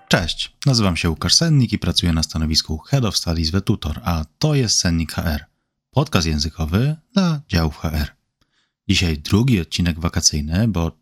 Cześć, nazywam się Łukasz Sennik i pracuję na stanowisku Head of Studies w Tutor, a to jest Sennik HR, podcast językowy dla działów HR. Dzisiaj drugi odcinek wakacyjny, bo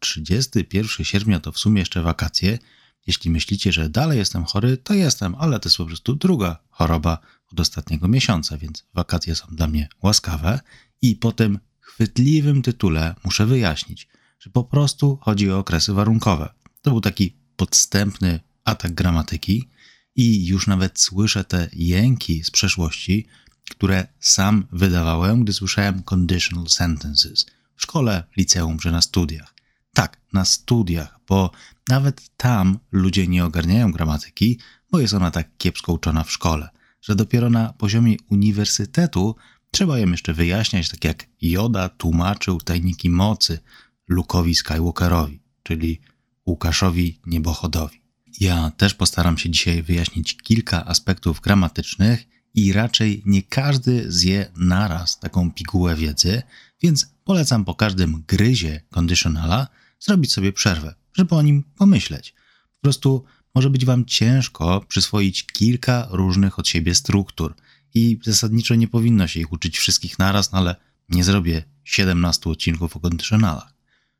31 sierpnia to w sumie jeszcze wakacje. Jeśli myślicie, że dalej jestem chory, to jestem, ale to jest po prostu druga choroba od ostatniego miesiąca, więc wakacje są dla mnie łaskawe. I po tym chwytliwym tytule muszę wyjaśnić, że po prostu chodzi o okresy warunkowe. To był taki podstępny atak gramatyki i już nawet słyszę te jęki z przeszłości, które sam wydawałem, gdy słyszałem conditional sentences w szkole, liceum czy na studiach. Tak, na studiach, bo nawet tam ludzie nie ogarniają gramatyki, bo jest ona tak kiepsko uczona w szkole, że dopiero na poziomie uniwersytetu trzeba ją jeszcze wyjaśniać, tak jak Yoda tłumaczył tajniki mocy Luke'owi Skywalkerowi, czyli Łukaszowi Niebochodowi. Ja też postaram się dzisiaj wyjaśnić kilka aspektów gramatycznych i raczej nie każdy zje naraz taką pigułę wiedzy, więc polecam po każdym gryzie conditionala zrobić sobie przerwę, żeby o nim pomyśleć. Po prostu może być wam ciężko przyswoić kilka różnych od siebie struktur i zasadniczo nie powinno się ich uczyć wszystkich naraz, no ale nie zrobię 17 odcinków o conditionalach.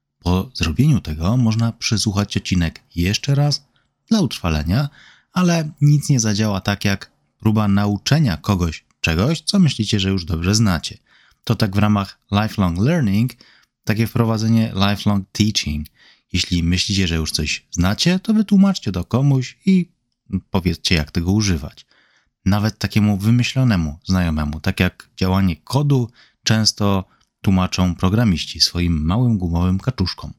Po zrobieniu tego można przesłuchać odcinek jeszcze raz dla utrwalenia, ale nic nie zadziała tak jak próba nauczenia kogoś czegoś, co myślicie, że już dobrze znacie. To tak w ramach lifelong learning, takie wprowadzenie lifelong teaching. Jeśli myślicie, że już coś znacie, to wytłumaczcie to komuś i powiedzcie, jak tego używać. Nawet takiemu wymyślonemu znajomemu, tak jak działanie kodu, często tłumaczą programiści swoim małym gumowym kaczuszkom.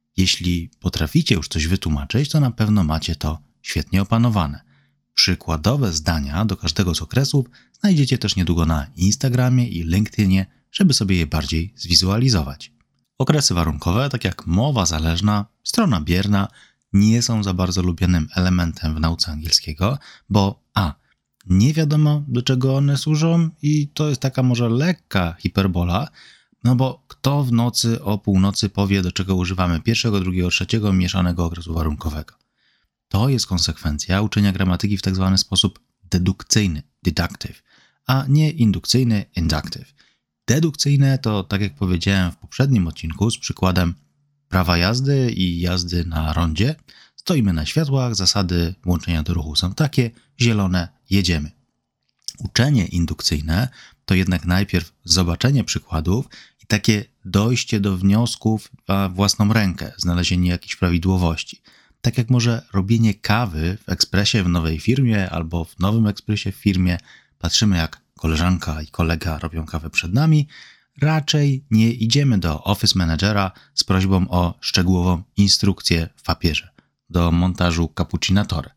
Jeśli potraficie już coś wytłumaczyć, to na pewno macie to świetnie opanowane. Przykładowe zdania do każdego z okresów znajdziecie też niedługo na Instagramie i LinkedInie, żeby sobie je bardziej zwizualizować. Okresy warunkowe, tak jak mowa zależna, strona bierna, nie są za bardzo lubianym elementem w nauce angielskiego, bo nie wiadomo, do czego one służą i to jest taka może lekka hiperbola, no bo kto w nocy o północy powie, do czego używamy pierwszego, drugiego, trzeciego mieszanego okresu warunkowego. To jest konsekwencja uczenia gramatyki w tak zwany sposób dedukcyjny, deductive, a nie indukcyjny, inductive. Dedukcyjne to, tak jak powiedziałem w poprzednim odcinku z przykładem prawa jazdy i jazdy na rondzie, stoimy na światłach, zasady włączenia do ruchu są takie, zielone, jedziemy. Uczenie indukcyjne to jednak najpierw zobaczenie przykładów i takie dojście do wniosków na własną rękę, znalezienie jakichś prawidłowości. Tak jak może robienie kawy w ekspresie w nowej firmie albo w nowym ekspresie w firmie, patrzymy jak koleżanka i kolega robią kawę przed nami, raczej nie idziemy do office managera z prośbą o szczegółową instrukcję w papierze do montażu cappuccinatorę.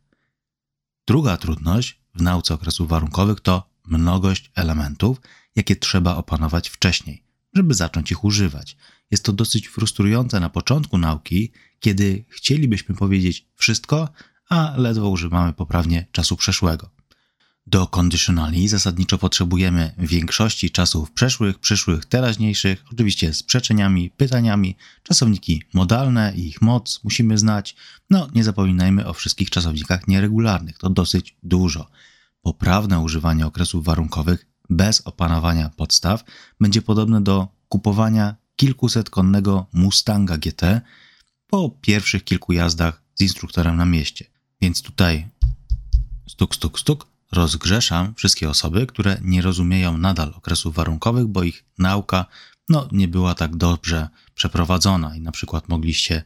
Druga trudność w nauce okresów warunkowych to mnogość elementów, jakie trzeba opanować wcześniej, żeby zacząć ich używać. Jest to dosyć frustrujące na początku nauki, kiedy chcielibyśmy powiedzieć wszystko, a ledwo używamy poprawnie czasu przeszłego. Do conditionali zasadniczo potrzebujemy większości czasów przeszłych, przyszłych, teraźniejszych, oczywiście z przeczeniami, pytaniami, czasowniki modalne i ich moc musimy znać. Nie zapominajmy o wszystkich czasownikach nieregularnych, to dosyć dużo. Poprawne używanie okresów warunkowych bez opanowania podstaw będzie podobne do kupowania kilkusetkonnego Mustanga GT po pierwszych kilku jazdach z instruktorem na mieście. Więc tutaj stuk, stuk, stuk. Rozgrzeszam wszystkie osoby, które nie rozumieją nadal okresów warunkowych, bo ich nauka nie była tak dobrze przeprowadzona i na przykład mogliście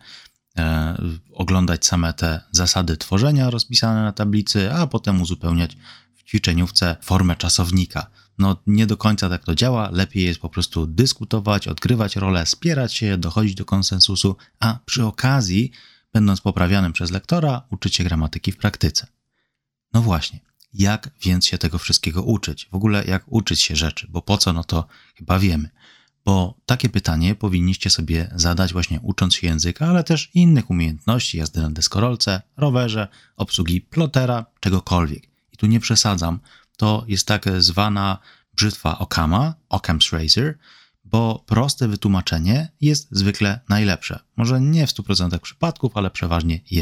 oglądać same te zasady tworzenia rozpisane na tablicy, a potem uzupełniać w ćwiczeniówce formę czasownika. Nie do końca tak to działa, lepiej jest po prostu dyskutować, odgrywać rolę, spierać się, dochodzić do konsensusu, a przy okazji, będąc poprawianym przez lektora, uczyć się gramatyki w praktyce. No właśnie. Jak więc się tego wszystkiego uczyć? W ogóle jak uczyć się rzeczy? Bo po co? To chyba wiemy. Bo takie pytanie powinniście sobie zadać właśnie ucząc się języka, ale też innych umiejętności, jazdy na deskorolce, rowerze, obsługi plotera, czegokolwiek. I tu nie przesadzam. To jest tak zwana brzytwa Occama, Occam's Razor, bo proste wytłumaczenie jest zwykle najlepsze. Może nie w 100% przypadków, ale przeważnie jest.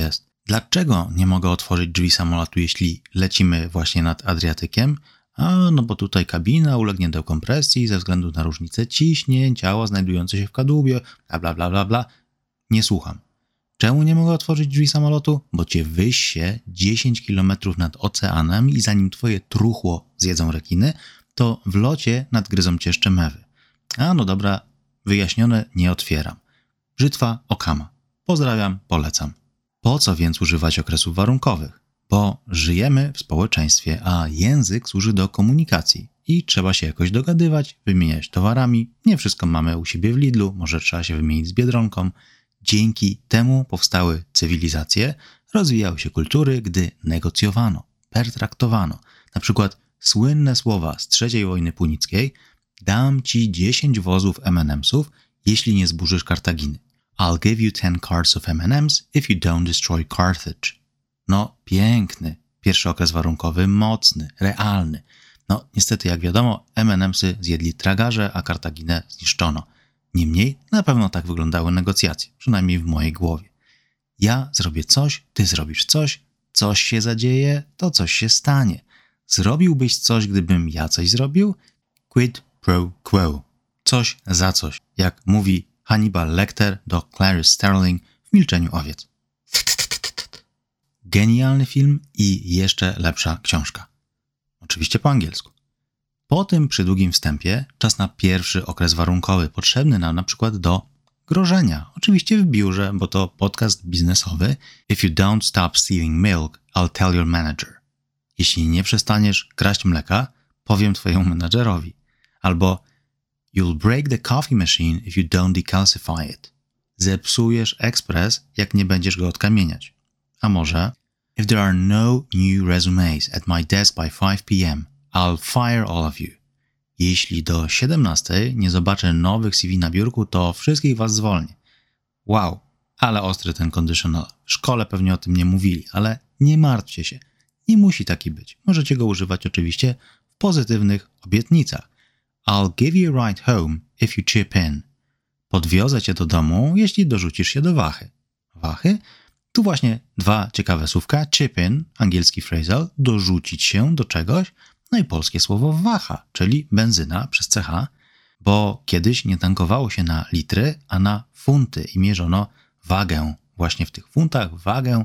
Dlaczego nie mogę otworzyć drzwi samolotu, jeśli lecimy właśnie nad Adriatykiem? No bo tutaj kabina ulegnie dekompresji ze względu na różnicę ciśnień, ciała znajdujące się w kadłubie, bla, bla, bla, bla. Nie słucham. Czemu nie mogę otworzyć drzwi samolotu? Bo cię wysie 10 km nad oceanem i zanim twoje truchło zjedzą rekiny, to w locie nadgryzą cię jeszcze mewy. No dobra, wyjaśnione, nie otwieram. Brzytwa Okama. Pozdrawiam, polecam. Po co więc używać okresów warunkowych? Bo żyjemy w społeczeństwie, a język służy do komunikacji i trzeba się jakoś dogadywać, wymieniać towarami. Nie wszystko mamy u siebie w Lidlu, może trzeba się wymienić z Biedronką. Dzięki temu powstały cywilizacje, rozwijały się kultury, gdy negocjowano, pertraktowano. Na przykład słynne słowa z III wojny punickiej: dam ci 10 wozów M&M'sów, jeśli nie zburzysz Kartaginy. I'll give you 10 carts of M&M's if you don't destroy Carthage. Piękny. Pierwszy okres warunkowy, mocny, realny. Niestety, jak wiadomo, M&M'sy zjedli tragarze, a Kartaginę zniszczono. Niemniej, na pewno tak wyglądały negocjacje, przynajmniej w mojej głowie. Ja zrobię coś, ty zrobisz coś się zadzieje, to coś się stanie. Zrobiłbyś coś, gdybym ja coś zrobił? Quid pro quo. Coś za coś, jak mówi Hannibal Lecter do Clarice Starling w Milczeniu owiec. Genialny film i jeszcze lepsza książka. Oczywiście po angielsku. Po tym przydługim wstępie czas na pierwszy okres warunkowy, potrzebny nam na przykład do grożenia. Oczywiście w biurze, bo to podcast biznesowy. If you don't stop stealing milk, I'll tell your manager. Jeśli nie przestaniesz kraść mleka, powiem twojemu menadżerowi. Albo you'll break the coffee machine if you don't decalcify it. Zepsujesz ekspres, jak nie będziesz go odkamieniać. A może if there are no new resumes at my desk by 5 p.m., I'll fire all of you. Jeśli do 17 nie zobaczę nowych CV na biurku, to wszystkich was zwolnię. Wow, ale ostry ten conditional. W szkole pewnie o tym nie mówili, ale nie martwcie się. Nie musi taki być. Możecie go używać oczywiście w pozytywnych obietnicach. I'll give you a ride home if you chip in. Podwiozę cię do domu, jeśli dorzucisz się do wachy. Wachy? Tu właśnie dwa ciekawe słówka. Chip in, angielski phrasal, dorzucić się do czegoś. I polskie słowo waha, czyli benzyna przez CH, bo kiedyś nie tankowało się na litry, a na funty i mierzono wagę. Właśnie w tych funtach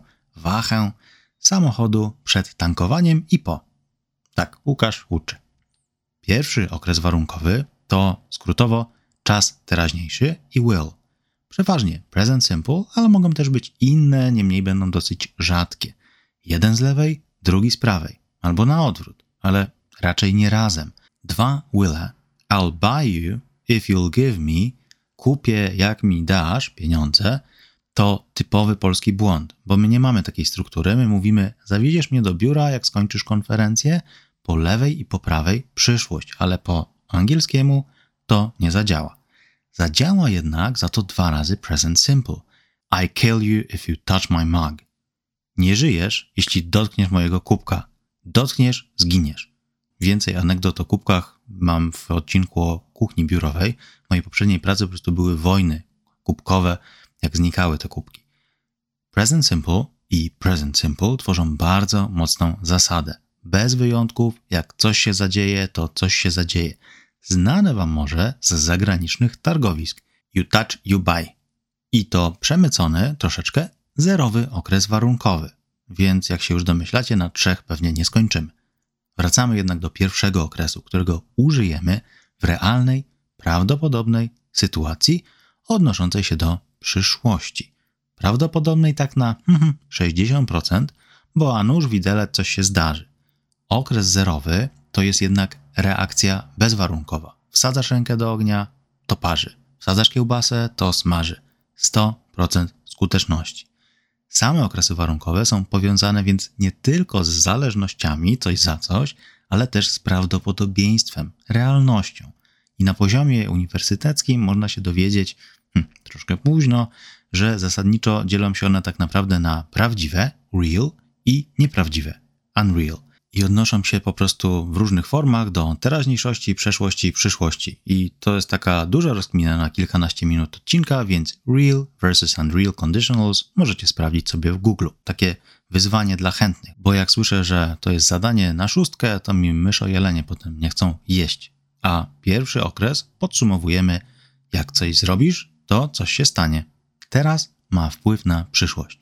wachę samochodu przed tankowaniem i po. Tak, Łukasz uczy. Pierwszy okres warunkowy to skrótowo czas teraźniejszy i will. Przeważnie present simple, ale mogą też być inne, niemniej będą dosyć rzadkie. Jeden z lewej, drugi z prawej, albo na odwrót, ale raczej nie razem. Dwa will'e. I'll buy you if you'll give me. Kupię, jak mi dasz pieniądze. To typowy polski błąd, bo my nie mamy takiej struktury. My mówimy, zawieziesz mnie do biura, jak skończysz konferencję. Po lewej i po prawej przyszłość, ale po angielskiemu to nie zadziała. Zadziała jednak za to 2 razy present simple. I kill you if you touch my mug. Nie żyjesz, jeśli dotkniesz mojego kubka. Dotkniesz, zginiesz. Więcej anegdot o kubkach mam w odcinku o kuchni biurowej. W mojej poprzedniej pracy po prostu były wojny kubkowe, jak znikały te kubki. Present simple i present simple tworzą bardzo mocną zasadę. Bez wyjątków, jak coś się zadzieje, to coś się zadzieje. Znane wam może z zagranicznych targowisk. You touch, you buy. I to przemycony, troszeczkę zerowy okres warunkowy. Więc jak się już domyślacie, na 3 pewnie nie skończymy. Wracamy jednak do pierwszego okresu, którego użyjemy w realnej, prawdopodobnej sytuacji odnoszącej się do przyszłości. Prawdopodobnej tak na 60%, bo a nuż widelec coś się zdarzy. Okres zerowy to jest jednak reakcja bezwarunkowa. Wsadzasz rękę do ognia, to parzy. Wsadzasz kiełbasę, to smaży. 100% skuteczności. Same okresy warunkowe są powiązane więc nie tylko z zależnościami, coś za coś, ale też z prawdopodobieństwem, realnością. I na poziomie uniwersyteckim można się dowiedzieć, troszkę późno, że zasadniczo dzielą się one tak naprawdę na prawdziwe, real, i nieprawdziwe, unreal. i odnoszą się po prostu w różnych formach do teraźniejszości, przeszłości i przyszłości. I to jest taka duża rozkmina na kilkanaście minut odcinka, więc Real versus Unreal Conditionals możecie sprawdzić sobie w Google. Takie wyzwanie dla chętnych, bo jak słyszę, że to jest zadanie na 6, to mi myszojelenie potem nie chcą jeść. A pierwszy okres podsumowujemy, jak coś zrobisz, to coś się stanie. Teraz ma wpływ na przyszłość.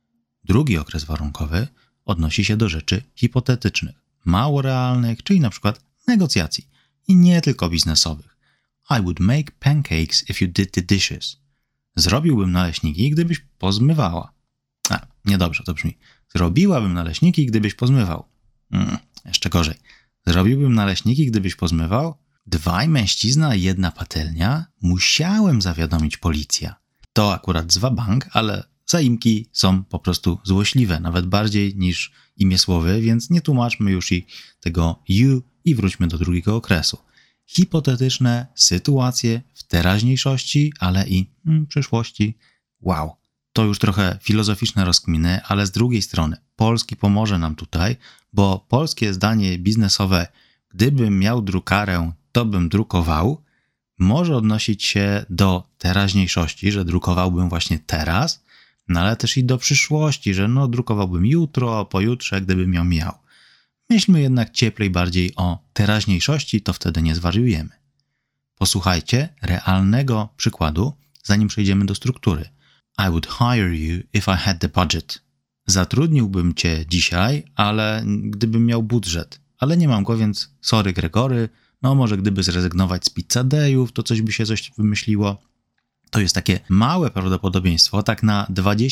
Drugi okres warunkowy odnosi się do rzeczy hipotetycznych, mało realnych, czyli na przykład negocjacji i nie tylko biznesowych. I would make pancakes if you did the dishes. Zrobiłbym naleśniki, gdybyś pozmywała. Niedobrze to brzmi. Zrobiłabym naleśniki, gdybyś pozmywał. Jeszcze gorzej. Zrobiłbym naleśniki, gdybyś pozmywał. 2 mężczyzna, 1 patelnia. Musiałem zawiadomić policję. To akurat zwabank, ale zaimki są po prostu złośliwe, nawet bardziej niż imię słowy, więc nie tłumaczmy już i tego you i wróćmy do drugiego okresu. Hipotetyczne sytuacje w teraźniejszości, ale i przyszłości. Wow, to już trochę filozoficzne rozkminy, ale z drugiej strony polski pomoże nam tutaj, bo polskie zdanie biznesowe, gdybym miał drukarę, to bym drukował, może odnosić się do teraźniejszości, że drukowałbym właśnie teraz, no ale też i do przyszłości, że drukowałbym jutro, pojutrze, gdybym ją miał. Myślmy jednak cieplej bardziej o teraźniejszości, to wtedy nie zwariujemy. Posłuchajcie realnego przykładu, zanim przejdziemy do struktury. I would hire you if I had the budget. Zatrudniłbym cię dzisiaj, ale gdybym miał budżet. Ale nie mam go, więc sorry Gregory, może gdyby zrezygnować z pizzadejów, to coś by się wymyśliło. To jest takie małe prawdopodobieństwo, tak na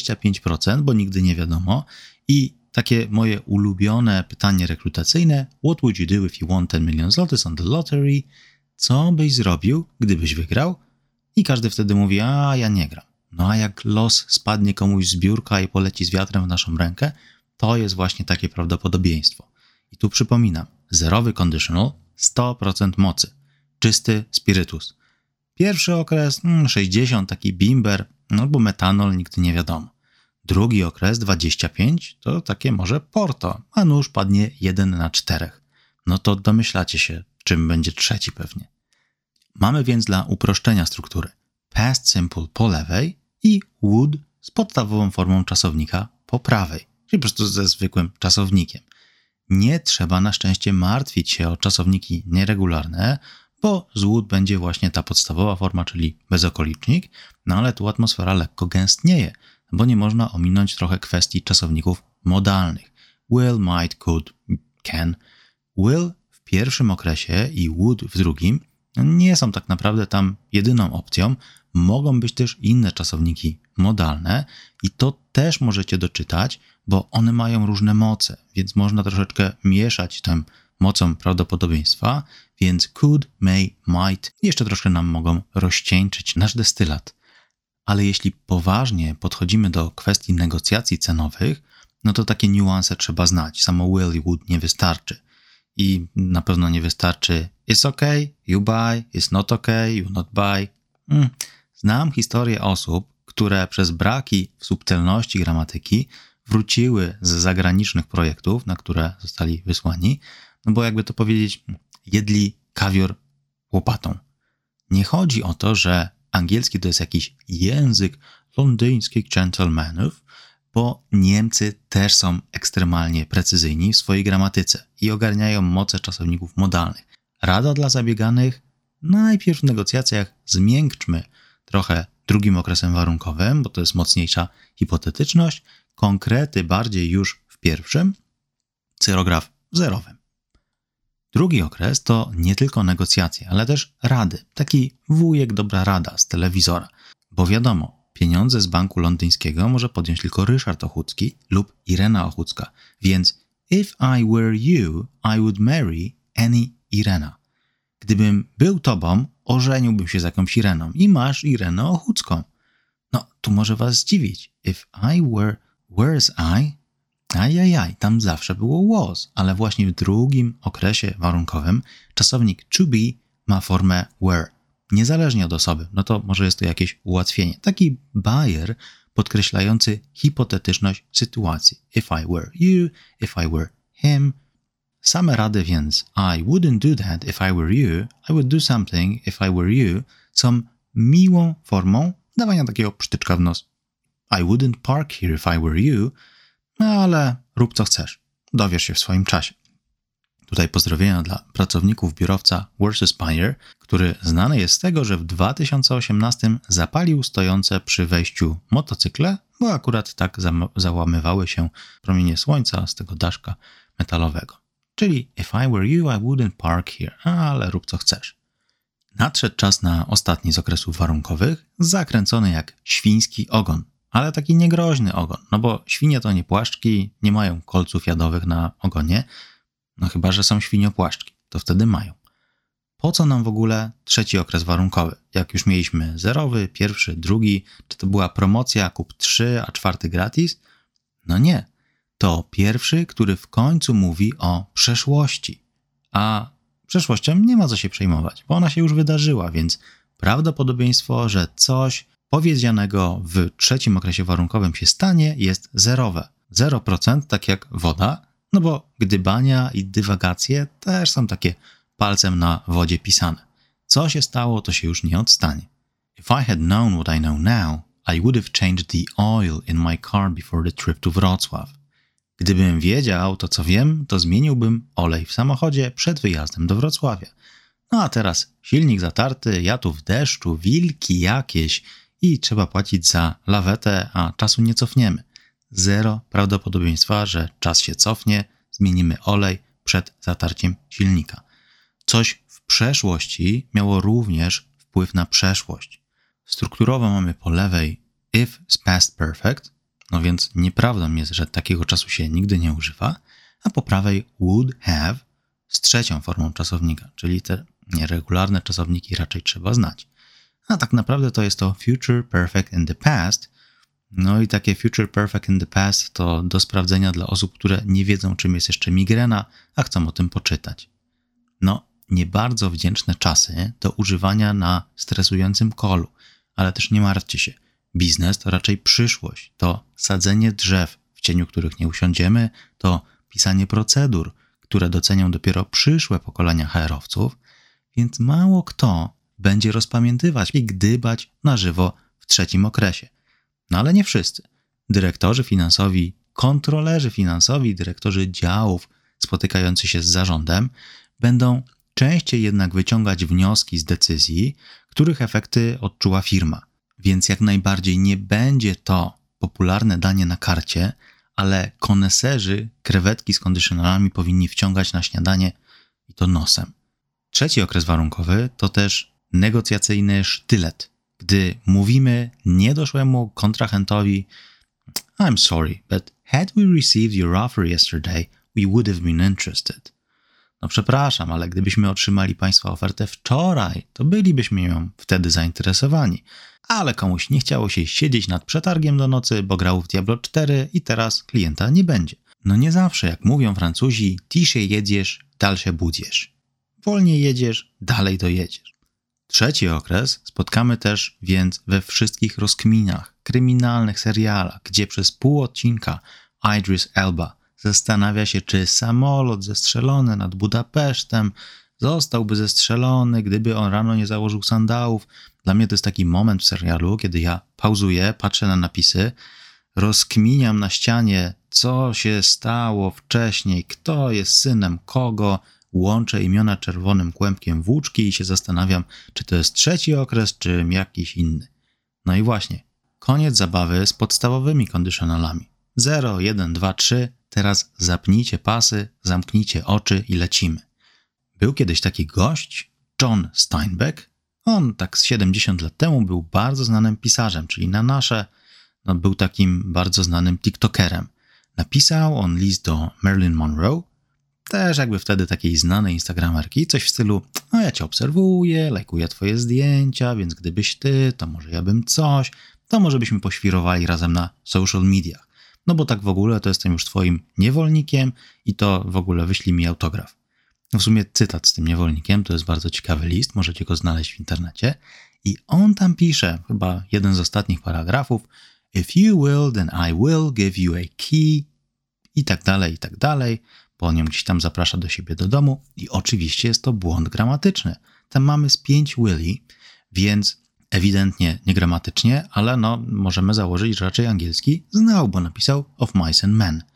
25%, bo nigdy nie wiadomo. I takie moje ulubione pytanie rekrutacyjne: what would you do if you won 10 million zlotys on the lottery? Co byś zrobił, gdybyś wygrał? I każdy wtedy mówi, ja nie gram. A jak los spadnie komuś z biurka i poleci z wiatrem w naszą rękę, to jest właśnie takie prawdopodobieństwo. I tu przypominam, zerowy conditional, 100% mocy, czysty spirytus. Pierwszy okres 60, taki bimber, bo metanol, nigdy nie wiadomo. Drugi okres 25, to takie może Porto, a nóż padnie 1/4. To domyślacie się, czym będzie trzeci pewnie. Mamy więc dla uproszczenia struktury past simple po lewej i would z podstawową formą czasownika po prawej, czyli po prostu ze zwykłym czasownikiem. Nie trzeba na szczęście martwić się o czasowniki nieregularne, bo z would będzie właśnie ta podstawowa forma, czyli bezokolicznik, ale tu atmosfera lekko gęstnieje, bo nie można ominąć trochę kwestii czasowników modalnych. Will, might, could, can. Will w pierwszym okresie i would w drugim nie są tak naprawdę tam jedyną opcją. Mogą być też inne czasowniki modalne i to też możecie doczytać, bo one mają różne moce, więc można troszeczkę mieszać tę mocą prawdopodobieństwa, więc could, may, might jeszcze troszkę nam mogą rozcieńczyć nasz destylat. Ale jeśli poważnie podchodzimy do kwestii negocjacji cenowych, to takie niuanse trzeba znać. Samo will i would nie wystarczy. I na pewno nie wystarczy it's okay, you buy, it's not okay, you not buy. Znam historię osób, które przez braki w subtelności gramatyki wróciły z zagranicznych projektów, na które zostali wysłani, bo jakby to powiedzieć, jedli kawior łopatą. Nie chodzi o to, że angielski to jest jakiś język londyńskich gentlemanów, bo Niemcy też są ekstremalnie precyzyjni w swojej gramatyce i ogarniają moce czasowników modalnych. Rada dla zabieganych: najpierw w negocjacjach zmiękczmy trochę drugim okresem warunkowym, bo to jest mocniejsza hipotetyczność, konkrety bardziej już w pierwszym, cyrograf zerowym. Drugi okres to nie tylko negocjacje, ale też rady. Taki wujek dobra rada z telewizora. Bo wiadomo, pieniądze z banku londyńskiego może podjąć tylko Ryszard Ochucki lub Irena Ochucka. Więc if I were you, I would marry any Irena. Gdybym był tobą, ożeniłbym się z jakąś Ireną i masz Irenę Ochucką. Tu może was zdziwić. If I were, where's I? Ajajaj, tam zawsze było was, ale właśnie w drugim okresie warunkowym czasownik to be ma formę were, niezależnie od osoby. To może jest to jakieś ułatwienie. Taki bajer podkreślający hipotetyczność sytuacji. If I were you, if I were him. Same rady więc I wouldn't do that if I were you, I would do something if I were you są miłą formą dawania takiego psztyczka w nos. I wouldn't park here if I were you, no ale rób co chcesz. Dowiesz się w swoim czasie. Tutaj pozdrowienia dla pracowników biurowca Worcestershire, który znany jest z tego, że w 2018 zapalił stojące przy wejściu motocykle, bo akurat tak załamywały się promienie słońca z tego daszka metalowego. Czyli if I were you, I wouldn't park here, ale rób co chcesz. Nadszedł czas na ostatni z okresów warunkowych, zakręcony jak świński ogon, ale taki niegroźny ogon, no bo świnie to nie płaszczki, nie mają kolców jadowych na ogonie, no chyba że są świniopłaszczki, to wtedy mają. Po co nam w ogóle trzeci okres warunkowy? Jak już mieliśmy zerowy, pierwszy, drugi, czy to była promocja, kup 3, a 4 gratis? No nie. To pierwszy, który w końcu mówi o przeszłości. A przeszłością nie ma co się przejmować, bo ona się już wydarzyła, więc prawdopodobieństwo, że coś powiedzianego w trzecim okresie warunkowym się stanie, jest zerowe. 0%, tak jak woda, no bo gdybania i dywagacje też są takie palcem na wodzie pisane. Co się stało, to się już nie odstanie. If I had known what I know now, I would have changed the oil in my car before the trip to Wrocław. Gdybym wiedział to, co wiem, to zmieniłbym olej w samochodzie przed wyjazdem do Wrocławia. No a teraz silnik zatarty, ja tu w deszczu, wilki jakieś i trzeba płacić za lawetę, a czasu nie cofniemy. 0 prawdopodobieństwa, że czas się cofnie, zmienimy olej przed zatarciem silnika. Coś w przeszłości miało również wpływ na przeszłość. Strukturowo mamy po lewej if z past perfect, no więc nieprawdą jest, że takiego czasu się nigdy nie używa, a po prawej would have z trzecią formą czasownika, czyli te nieregularne czasowniki raczej trzeba znać. A tak naprawdę to jest to future perfect in the past. No i takie future perfect in the past to do sprawdzenia dla osób, które nie wiedzą, czym jest jeszcze migrena, a chcą o tym poczytać. No, nie bardzo wdzięczne czasy do używania na stresującym kolu, ale też nie martwcie się. Biznes to raczej przyszłość, to sadzenie drzew, w cieniu których nie usiądziemy, to pisanie procedur, które docenią dopiero przyszłe pokolenia HR-owców, więc mało kto będzie rozpamiętywać i gdybać na żywo w trzecim okresie. No ale nie wszyscy. Dyrektorzy finansowi, kontrolerzy finansowi, dyrektorzy działów spotykający się z zarządem będą częściej jednak wyciągać wnioski z decyzji, których efekty odczuła firma. Więc jak najbardziej nie będzie to popularne danie na karcie, ale koneserzy krewetki z kondycjonerami powinni wciągać na śniadanie i to nosem. Trzeci okres warunkowy to też negocjacyjny sztylet, gdy mówimy niedoszłemu kontrahentowi I'm sorry, but had we received your offer yesterday, we would have been interested. No przepraszam, ale gdybyśmy otrzymali Państwa ofertę wczoraj, to bylibyśmy ją wtedy zainteresowani. Ale komuś nie chciało się siedzieć nad przetargiem do nocy, bo grał w Diablo 4 i teraz klienta nie będzie. No nie zawsze, jak mówią Francuzi, ciszej jedziesz, dalsze budziesz. Wolniej jedziesz, dalej dojedziesz. Trzeci okres spotkamy też więc we wszystkich rozkminach, kryminalnych serialach, gdzie przez pół odcinka Idris Elba zastanawia się, czy samolot zestrzelony nad Budapesztem zostałby zestrzelony, gdyby on rano nie założył sandałów. Dla mnie to jest taki moment w serialu, kiedy ja pauzuję, patrzę na napisy, rozkminiam na ścianie, co się stało wcześniej, kto jest synem kogo, łączę imiona czerwonym kłębkiem włóczki i się zastanawiam, czy to jest trzeci okres, czy jakiś inny. No i właśnie, koniec zabawy z podstawowymi kondycjonalami. 0, 1, 2, 3, teraz zapnijcie pasy, zamknijcie oczy i lecimy. Był kiedyś taki gość, John Steinbeck. On tak z 70 lat temu był bardzo znanym pisarzem, czyli na nasze, był takim bardzo znanym tiktokerem. Napisał on list do Marilyn Monroe, też jakby wtedy takiej znanej instagramerki, coś w stylu ja cię obserwuję, lajkuję twoje zdjęcia, więc gdybyś ty, to może ja bym coś, to może byśmy poświrowali razem na social mediach. No bo tak w ogóle to jestem już twoim niewolnikiem i to w ogóle wyślij mi autograf. W sumie cytat z tym niewolnikiem, to jest bardzo ciekawy list, możecie go znaleźć w internecie i on tam pisze, chyba jeden z ostatnich paragrafów, if you will, then I will give you a key i tak dalej, po nią gdzieś tam zaprasza do siebie do domu i oczywiście jest to błąd gramatyczny. Tam mamy spięć Willie, więc ewidentnie niegramatycznie, ale możemy założyć, że raczej angielski znał, bo napisał of mice and men.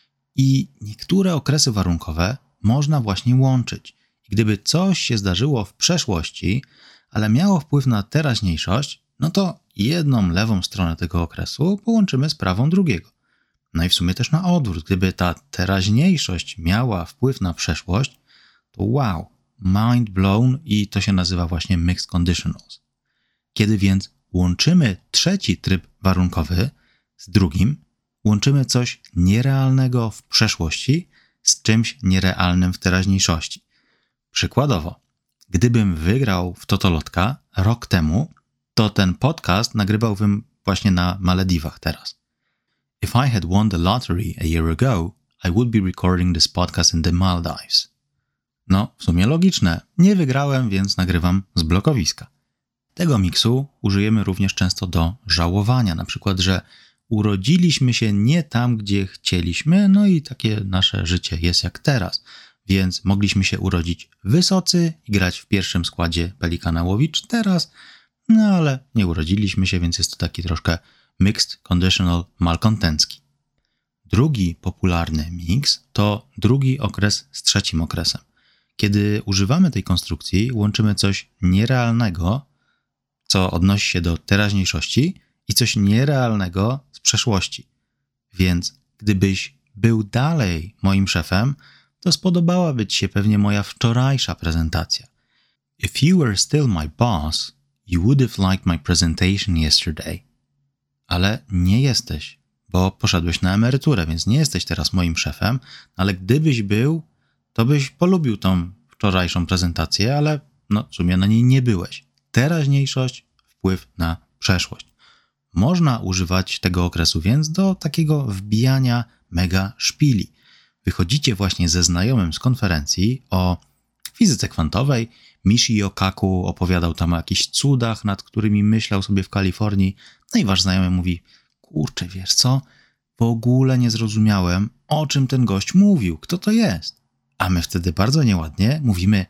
I niektóre okresy warunkowe można właśnie łączyć. I gdyby coś się zdarzyło w przeszłości, ale miało wpływ na teraźniejszość, to jedną lewą stronę tego okresu połączymy z prawą drugiego. No i w sumie też na odwrót. Gdyby ta teraźniejszość miała wpływ na przeszłość, to wow, mind blown i to się nazywa właśnie mixed conditionals. Kiedy więc łączymy trzeci tryb warunkowy z drugim, łączymy coś nierealnego w przeszłości z czymś nierealnym w teraźniejszości. Przykładowo, gdybym wygrał w Totolotka rok temu, to ten podcast nagrywałbym właśnie na Malediwach teraz. If I had won the lottery a year ago, I would be recording this podcast in the Maldives. W sumie logiczne. Nie wygrałem, więc nagrywam z blokowiska. Tego miksu użyjemy również często do żałowania. Na przykład, że urodziliśmy się nie tam, gdzie chcieliśmy, i takie nasze życie jest jak teraz. Więc mogliśmy się urodzić wysocy i grać w pierwszym składzie Pelikana Łowicz teraz, ale nie urodziliśmy się, więc jest to taki troszkę mixed conditional malkontencki. Drugi popularny mix to drugi okres z trzecim okresem. Kiedy używamy tej konstrukcji, łączymy coś nierealnego, co odnosi się do teraźniejszości i coś nierealnego z przeszłości. Więc gdybyś był dalej moim szefem, to spodobałaby ci się pewnie moja wczorajsza prezentacja. If you were still my boss, you would have liked my presentation yesterday. Ale nie jesteś, bo poszedłeś na emeryturę, więc nie jesteś teraz moim szefem, ale gdybyś był, to byś polubił tą wczorajszą prezentację, ale w sumie na niej nie byłeś. Teraźniejszość, wpływ na przeszłość. Można używać tego okresu więc do takiego wbijania mega szpili. Wychodzicie właśnie ze znajomym z konferencji o fizyce kwantowej. Michio Kaku opowiadał tam o jakichś cudach, nad którymi myślał sobie w Kalifornii. I wasz znajomy mówi, kurczę, wiesz co? W ogóle nie zrozumiałem, o czym ten gość mówił, kto to jest. A my wtedy bardzo nieładnie mówimy,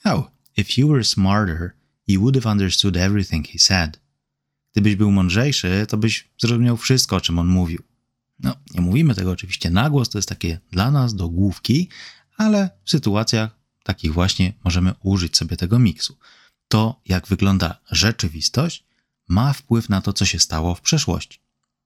if you were smarter, you would have understood everything he said. Gdybyś był mądrzejszy, to byś zrozumiał wszystko, o czym on mówił. Nie mówimy tego oczywiście na głos, to jest takie dla nas do główki, ale w sytuacjach takich właśnie możemy użyć sobie tego miksu. To, jak wygląda rzeczywistość, ma wpływ na to, co się stało w przeszłości.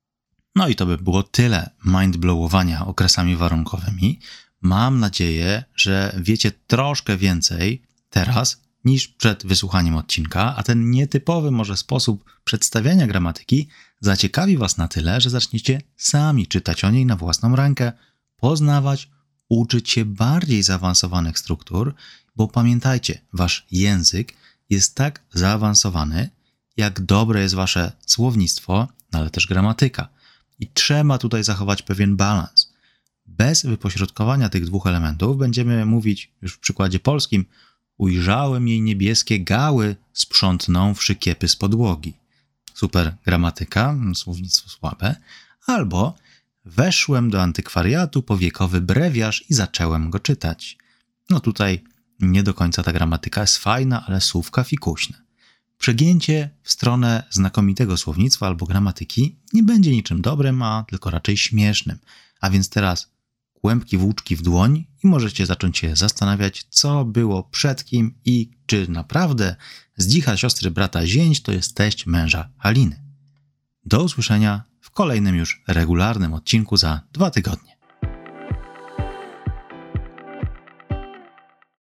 I to by było tyle mindblowowania okresami warunkowymi. Mam nadzieję, że wiecie troszkę więcej teraz niż przed wysłuchaniem odcinka, a ten nietypowy może sposób przedstawiania gramatyki zaciekawi was na tyle, że zaczniecie sami czytać o niej na własną rękę, poznawać, uczyć się bardziej zaawansowanych struktur, bo pamiętajcie, wasz język jest tak zaawansowany, jak dobre jest wasze słownictwo, ale też gramatyka. I trzeba tutaj zachować pewien balans. Bez wypośrodkowania tych dwóch elementów będziemy mówić już w przykładzie polskim ujrzałem jej niebieskie gały, sprzątnąwszy kiepy z podłogi. Super gramatyka, słownictwo słabe. Albo weszłem do antykwariatu po wiekowy brewiarz i zacząłem go czytać. Tutaj nie do końca ta gramatyka jest fajna, ale słówka fikuśne. Przegięcie w stronę znakomitego słownictwa albo gramatyki nie będzie niczym dobrym, a tylko raczej śmiesznym. A więc teraz kłębki włóczki w dłoń i możecie zacząć się zastanawiać, co było przed kim i czy naprawdę zdzicha siostry brata zięć to jest teść męża Haliny. Do usłyszenia w kolejnym już regularnym odcinku za 2 tygodnie.